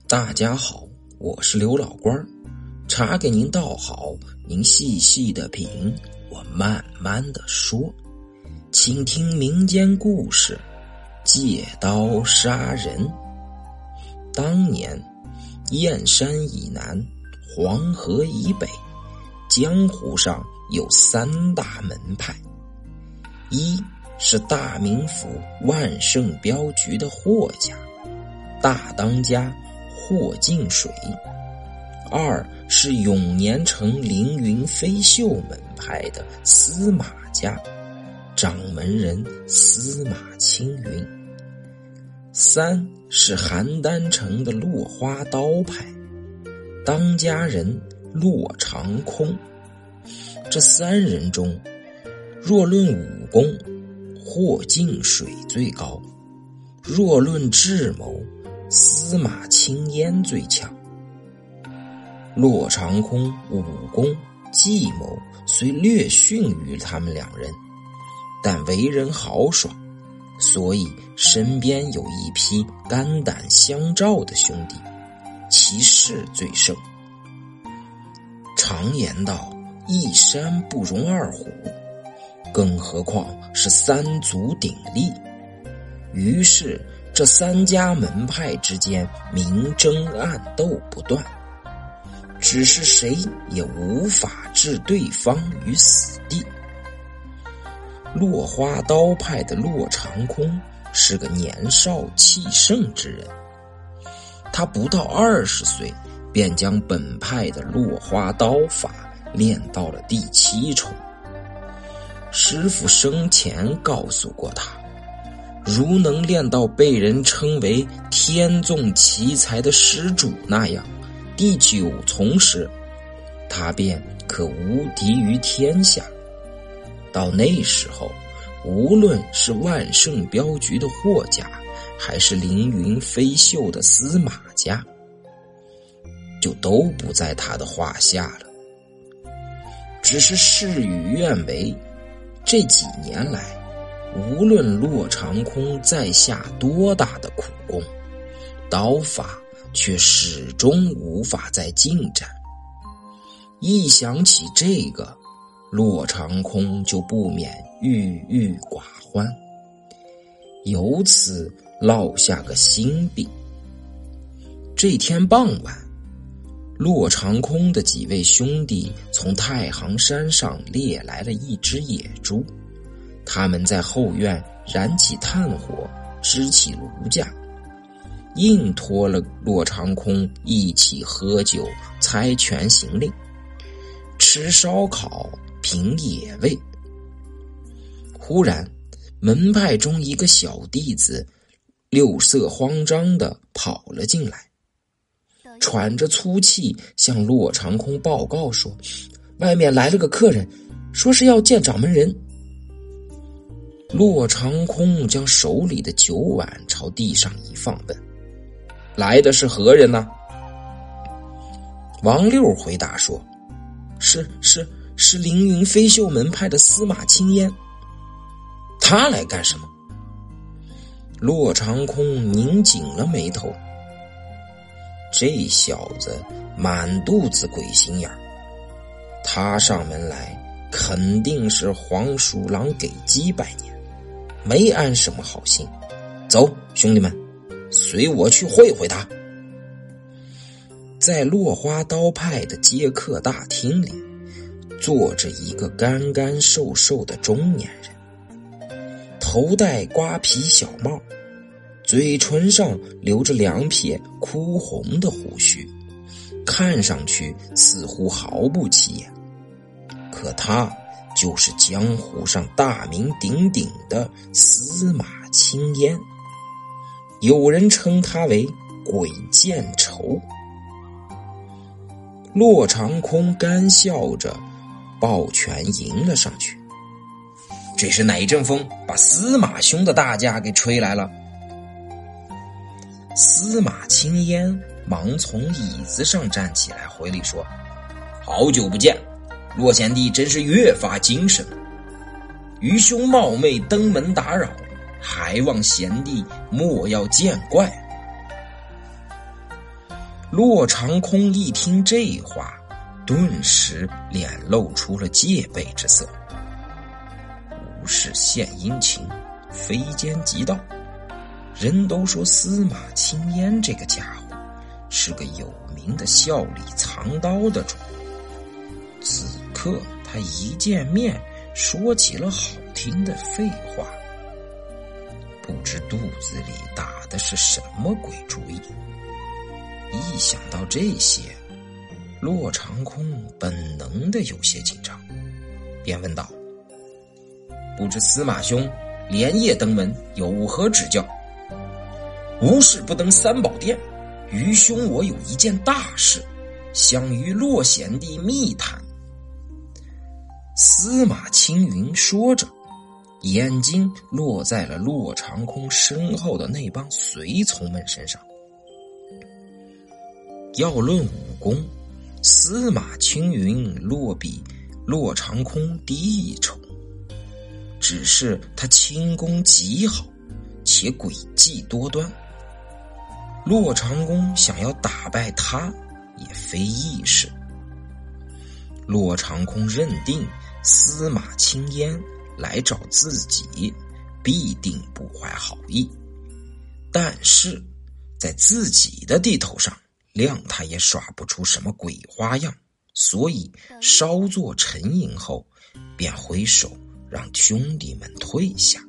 大家好，我是刘老官，茶给您倒好，您细细的品，我慢慢的说，请听民间故事，借刀杀人。当年燕山以南，黄河以北，江湖上有3大门派，一是大名府万盛镖局的霍家，大当家霍进水；二是永年城凌云飞秀门派的司马家，掌门人司马青云；三是邯郸城的落花刀派，当家人骆长空。这3人中，若论武功，霍进水最高；若论智谋，司马青烟最强。骆长空武功计谋虽略逊于他们2人，但为人豪爽，所以身边有一批肝胆相照的兄弟，其势最盛。常言道，一山不容2虎，更何况是3足鼎立。于是这3家门派之间明争暗斗不断，只是谁也无法置对方于死地。落花刀派的骆长空是个年少气盛之人，他不到20岁便将本派的落花刀法练到了第7重。师傅生前告诉过他，如能练到被人称为天纵奇才的施主那样，第9重时，他便可无敌于天下。到那时候，无论是万盛镖局的霍家，还是凌云飞秀的司马家，就都不在他的话下了。只是事与愿违，这几年来，无论骆长空在下多大的苦功，刀法却始终无法再进展。一想起这个，骆长空就不免郁郁寡欢，由此落下个心病。这天傍晚，骆长空的几位兄弟从太行山上猎来了一只野猪，他们在后院燃起炭火，支起炉架，硬拖了骆长空一起喝酒，猜拳行令，吃烧烤，品野味。忽然，门派中一个小弟子六色慌张地跑了进来，喘着粗气向骆长空报告说，外面来了个客人，说是要见掌门人。骆长空将手里的酒碗朝地上一放，问，来的是何人呢？王六回答说，是凌云飞秀门派的司马青烟。他来干什么？骆长空拧紧了眉头，这小子满肚子鬼心眼儿，他上门来肯定是黄鼠狼给鸡拜年，没安什么好心。走，兄弟们，随我去会会他。在落花刀派的接客大厅里，坐着一个干干瘦瘦的中年人，头戴瓜皮小帽，嘴唇上留着2撇枯红的胡须，看上去似乎毫不起眼。可他就是江湖上大名鼎鼎的司马青烟，有人称他为鬼见愁。骆长空干笑着抱拳迎了上去，这是哪一阵风把司马兄的大驾给吹来了？司马青烟忙从椅子上站起来回礼说，好久不见，骆贤弟真是越发精神了。愚兄冒昧登门打扰，还望贤弟莫要见怪。 骆长空一听这话，顿时脸露出了戒备之色。无事献殷勤，非奸即盗。人都说司马青烟这个家伙是个有名的笑里藏刀的主。此刻他一见面说起了好听的废话，不知肚子里打的是什么鬼主意。一想到这些，骆长空本能的有些紧张，便问道：不知司马兄连夜登门有何指教？无事不登三宝殿，愚兄我有一件大事，想与骆贤弟密谈。司马青云说着，眼睛落在了骆长空身后的那帮随从们身上。要论武功，司马青云落比骆长空低一筹，只是他轻功极好，且诡计多端。骆长空想要打败他也非易事。骆长空认定司马青烟来找自己必定不怀好意，但是在自己的地头上谅他也耍不出什么鬼花样，所以稍作沉吟后便挥手让兄弟们退下。